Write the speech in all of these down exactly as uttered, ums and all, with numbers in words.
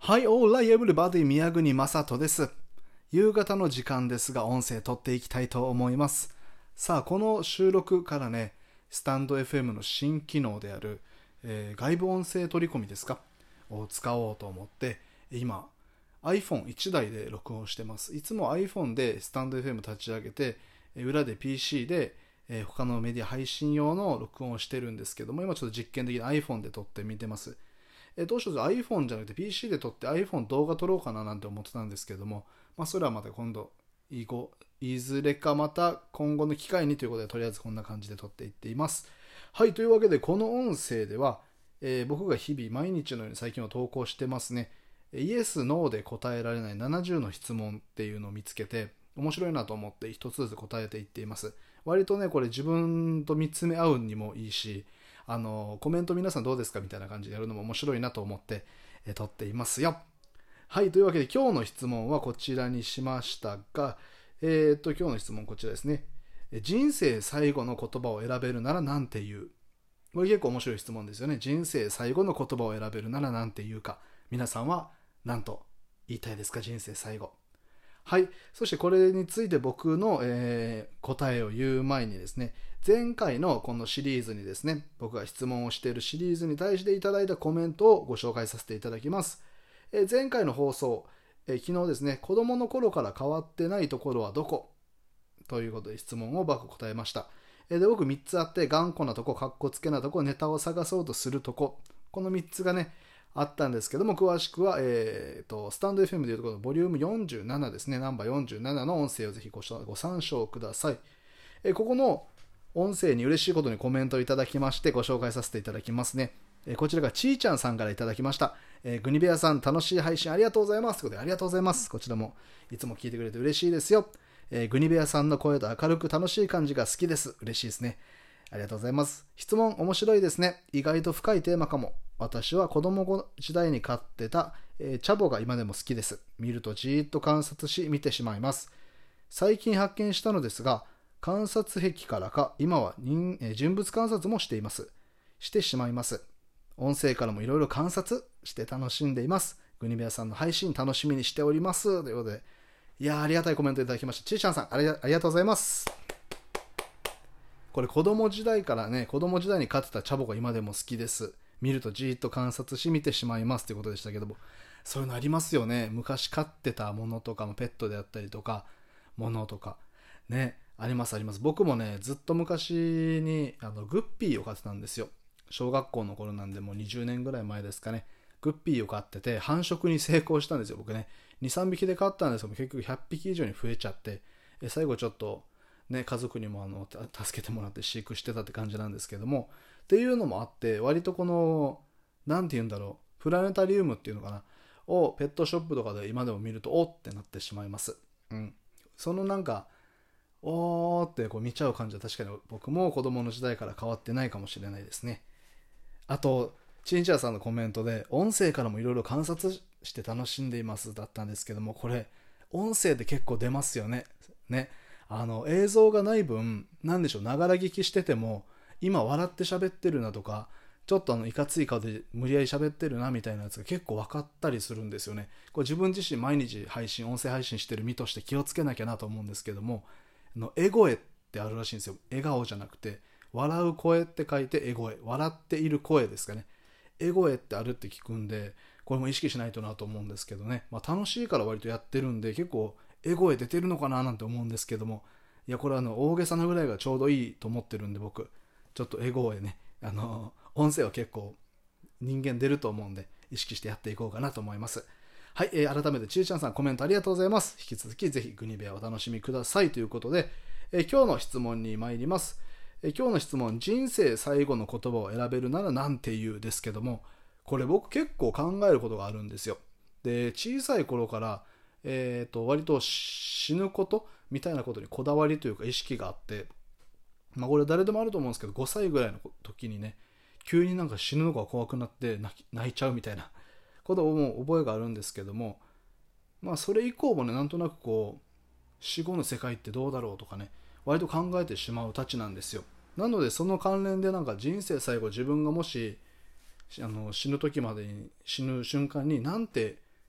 はい、オーライエブリバディ宮国正人です。夕方の時間ですが、音声取っていきたいと思います。さあ、この収録からね、スタンド エフエム の新機能である、えー外部音声取り込みですかを使おうと思って、今、アイフォンいち 台で録音してます。いつも iPhone でスタンド エフエム 立ち上げて、裏で ピーシー で、えー他のメディア配信用の録音をしてるんですけども、今ちょっと実験的に iPhone で撮ってみてます。えどうしよう iPhone じゃなくて ピーシー で撮って iPhone 動画撮ろうかななんて思ってたんですけども、まあそれはまた今度いごいずれかまた今後の機会にということで、とりあえずこんな感じで撮っていっています。はい、というわけでこの音声では、えー僕が日々毎日のように最近は投稿してますね。イエス・ノーで答えられないななじゅうの質問っていうのを見つけて面白いなと思って一つずつ答えていっています。割とねこれ自分と見つめ合うにもいいし、あのコメント皆さんどうですかみたいな感じでやるのも面白いなと思って、えー撮っていますよ。はい、というわけで今日の質問はこちらにしましたが、えー、っと今日の質問こちらですね。人生最後の言葉を選べるなら何て言う？これ結構面白い質問ですよね。人生最後の言葉を選べるなら何て言うか。皆さんは何と言いたいですか？人生最後。はい。そしてこれについて僕の、えー答えを言う前にですね、前回のこのシリーズにですね、僕が質問をしているシリーズに対していただいたコメントをご紹介させていただきます。えー前回の放送、えー昨日ですね、子供の頃から変わってないところはどこということで質問を僕答えました。えーで僕みっつあって、頑固なとこ、かっこつけなとこ、ネタを探そうとするとこ、このみっつがね、あったんですけども、詳しくは、えー、とスタンド エフエム でいうところのボリュームよんじゅうななですね、ナンバーよんじゅうななの音声をぜひごご参照ください。えーここの音声に嬉しいことにコメントをいただきましてご紹介させていただきますね。えーこちらがちーちゃんさんからいただきました。えー、グニベアさん楽しい配信ありがとうございますということで、ありがとうございます。こちらもいつも聞いてくれて嬉しいですよ。えーグニベアさんの声と明るく楽しい感じが好きです。嬉しいですね。ありがとうございます。質問面白いですね。意外と深いテーマかも。私は子供時代に飼ってた、えーチャボが今でも好きです。見るとじーっと観察し見てしまいます。最近発見したのですが、観察癖からか今は人、えー人物観察もしています。してしまいます。音声からもいろいろ観察して楽しんでいます。グニベアさんの配信楽しみにしております。ということで、いやーありがたいコメントいただきました。ちーちゃんさんありがありがとうございます。これ子供時代からね、子供時代に飼ってたチャボが今でも好きです。見るとじーっと観察し見てしまいますということでしたけども、そういうのありますよね。昔飼ってたものとかもペットであったりとか、ものとか、ね、ありますあります。僕もね、ずっと昔にあのグッピーを飼ってたんですよ。小学校の頃なんでもうにじゅうねんぐらい前ですかね。グッピーを飼ってて繁殖に成功したんですよ、僕ね。に、さんびきで飼ったんですけど結局ひゃっぴき以上に増えちゃって、え最後ちょっとね、家族にもあの助けてもらって飼育してたって感じなんですけども、っていうのもあって割とこのなんて言うんだろう、プラネタリウムっていうのかなをペットショップとかで今でも見るとおってなってしまいます。うん、そのなんかおーってこう見ちゃう感じは確かに僕も子供の時代から変わってないかもしれないですね。あとチンチャーさんのコメントで音声からもいろいろ観察して楽しんでいますだったんですけども、これ音声で結構出ますよね。ね、あの映像がない分なんでしょう、ながら聞きしてても今笑って喋ってるなとか、ちょっとあのいかつい顔で無理やり喋ってるなみたいなやつが結構分かったりするんですよね。これ自分自身毎日配信音声配信してる身として気をつけなきゃなと思うんですけども、のエゴエってあるらしいんですよ。笑顔じゃなくて笑う声って書いてエゴエ、笑っている声ですかね。エゴエってあるって聞くんで、これも意識しないとなと思うんですけどね。まあ、楽しいから割とやってるんで結構エゴエ出てるのかななんて思うんですけども、いやこれはあの大げさなぐらいがちょうどいいと思ってるんで、僕ちょっとエゴエね、あの音声は結構人間出ると思うんで意識してやっていこうかなと思います。はい、えー、改めてちーちゃんさんコメントありがとうございます。引き続きぜひグニベアをお楽しみくださいということで、えー、今日の質問に参ります。えー、今日の質問、人生最後の言葉を選べるならなんて言うですけども、これ僕結構考えることがあるんですよ。で小さい頃から、えー、と割と死ぬことみたいなことにこだわりというか意識があって、まあこれ誰でもあると思うんですけど、ごさいぐらいの時にね急になんか死ぬのが怖くなって泣いちゃうみたいなことをもう覚えがあるんですけども、まあそれ以降もねなんとなくこう死後の世界ってどうだろうとかね割と考えてしまうたちなんですよ。なのでその関連でなんか人生最後自分がもしあの死ぬ時までに死ぬ瞬間になんて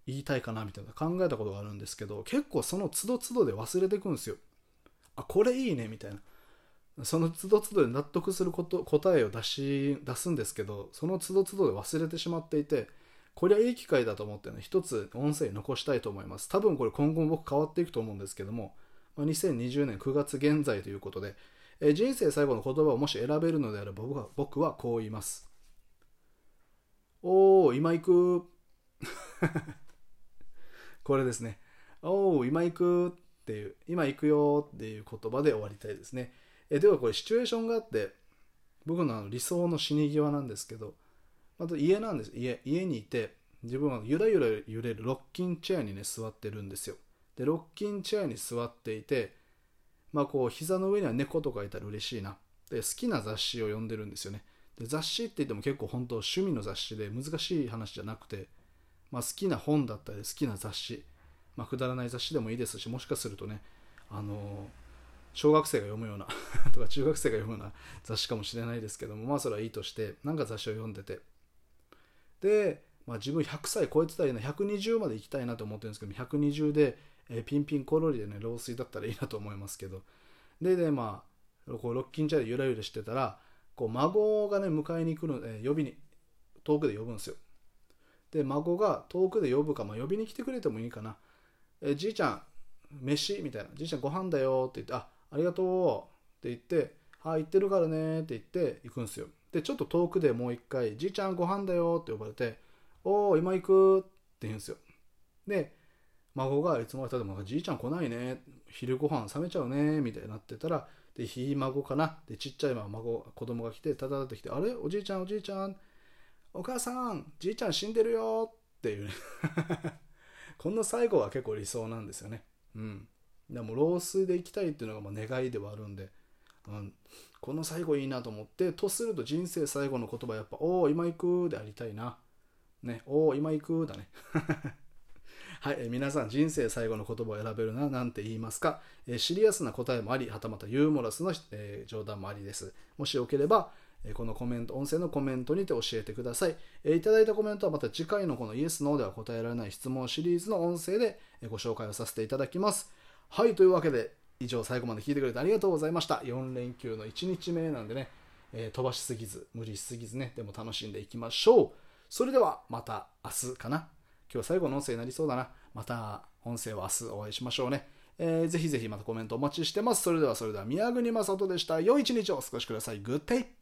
言いたいかなみたいな考えたことがあるんですけど、結構その都度都度で忘れていくんですよ。あ、これいいねみたいな。その都度都度で納得すること答えを出し出すんですけど、その都度都度で忘れてしまっていて、これはいい機会だと思ってね、一つ音声残したいと思います。多分これ今後も僕変わっていくと思うんですけども、にせんにじゅうねんくがつ現在ということで、え人生最後の言葉をもし選べるのであれば、僕は僕はこう言います。おー、今行く。これですね。おー、今行くっていう、今行くよっていう言葉で終わりたいですね。えではこれシチュエーションがあって、僕のあの理想の死に際なんですけど、あと家なんです。家。家にいて、自分はゆらゆら揺れるロッキンチェアにね、座ってるんですよ。で、ロッキンチェアに座っていて、まあこう、膝の上には猫とかいたら嬉しいな。で、好きな雑誌を読んでるんですよね。で、雑誌って言っても結構本当趣味の雑誌で難しい話じゃなくて、まあ好きな本だったり好きな雑誌、まあくだらない雑誌でもいいですし、もしかするとね、あのー、小学生が読むようなとか中学生が読むような雑誌かもしれないですけども、まあそれはいいとして、なんか雑誌を読んでて、で、まあ、自分ひゃくさい超えてたりなひゃくにじゅうまで行きたいなと思ってるんですけど、ひゃくにじゅうで、えー、ピンピンコロリでね老衰だったらいいなと思いますけど、ででまあこうロッキンチャーでゆらゆらしてたら、こう孫がね迎えに来る、えー、呼びに遠くで呼ぶんですよ。で孫が遠くで呼ぶか、まあ、呼びに来てくれてもいいかな。えー、じいちゃん飯みたいな、じいちゃんご飯だよって言って、あありがとうって言って、はい行ってるからねって言って行くんですよ。でちょっと遠くでもう一回、じいちゃんご飯だよって呼ばれて、おー今行くって言うんですよ。で孫がいつもやったら、じいちゃん来ないね、昼ご飯冷めちゃうねみたいになってたら、でひ孫かな、でちっちゃい孫子供が来て、ただってきて、あれおじいちゃんおじいちゃん、お母さんじいちゃん死んでるよっていうねこの最後は結構理想なんですよね。うん。でも老衰で行きたいっていうのがまあ願いではあるんで、うん、この最後いいなと思って、とすると人生最後の言葉はやっぱ、おー今行くでありたいな。ね、おー今行くだね。はい、えー、皆さん人生最後の言葉を選べるな、なんて言いますか。えー、シリアスな答えもあり、はたまたユーモラスな、えー、冗談もありです。もしよければ、えー、このコメント、音声のコメントにて教えてください。えー、いただいたコメントはまた次回のこのイエス・ノーでは答えられない質問シリーズの音声でご紹介をさせていただきます。はい、というわけで、以上最後まで聞いてくれてありがとうございました。よん連休のいちにちめなんでね、えー、飛ばしすぎず、無理しすぎずね、でも楽しんでいきましょう。それではまた明日かな。今日最後の音声になりそうだな。また音声は明日お会いしましょうね。えー、ぜひぜひまたコメントお待ちしてます。それではそれでは宮国正人でした。良い一日をお過ごしください。グッデイ。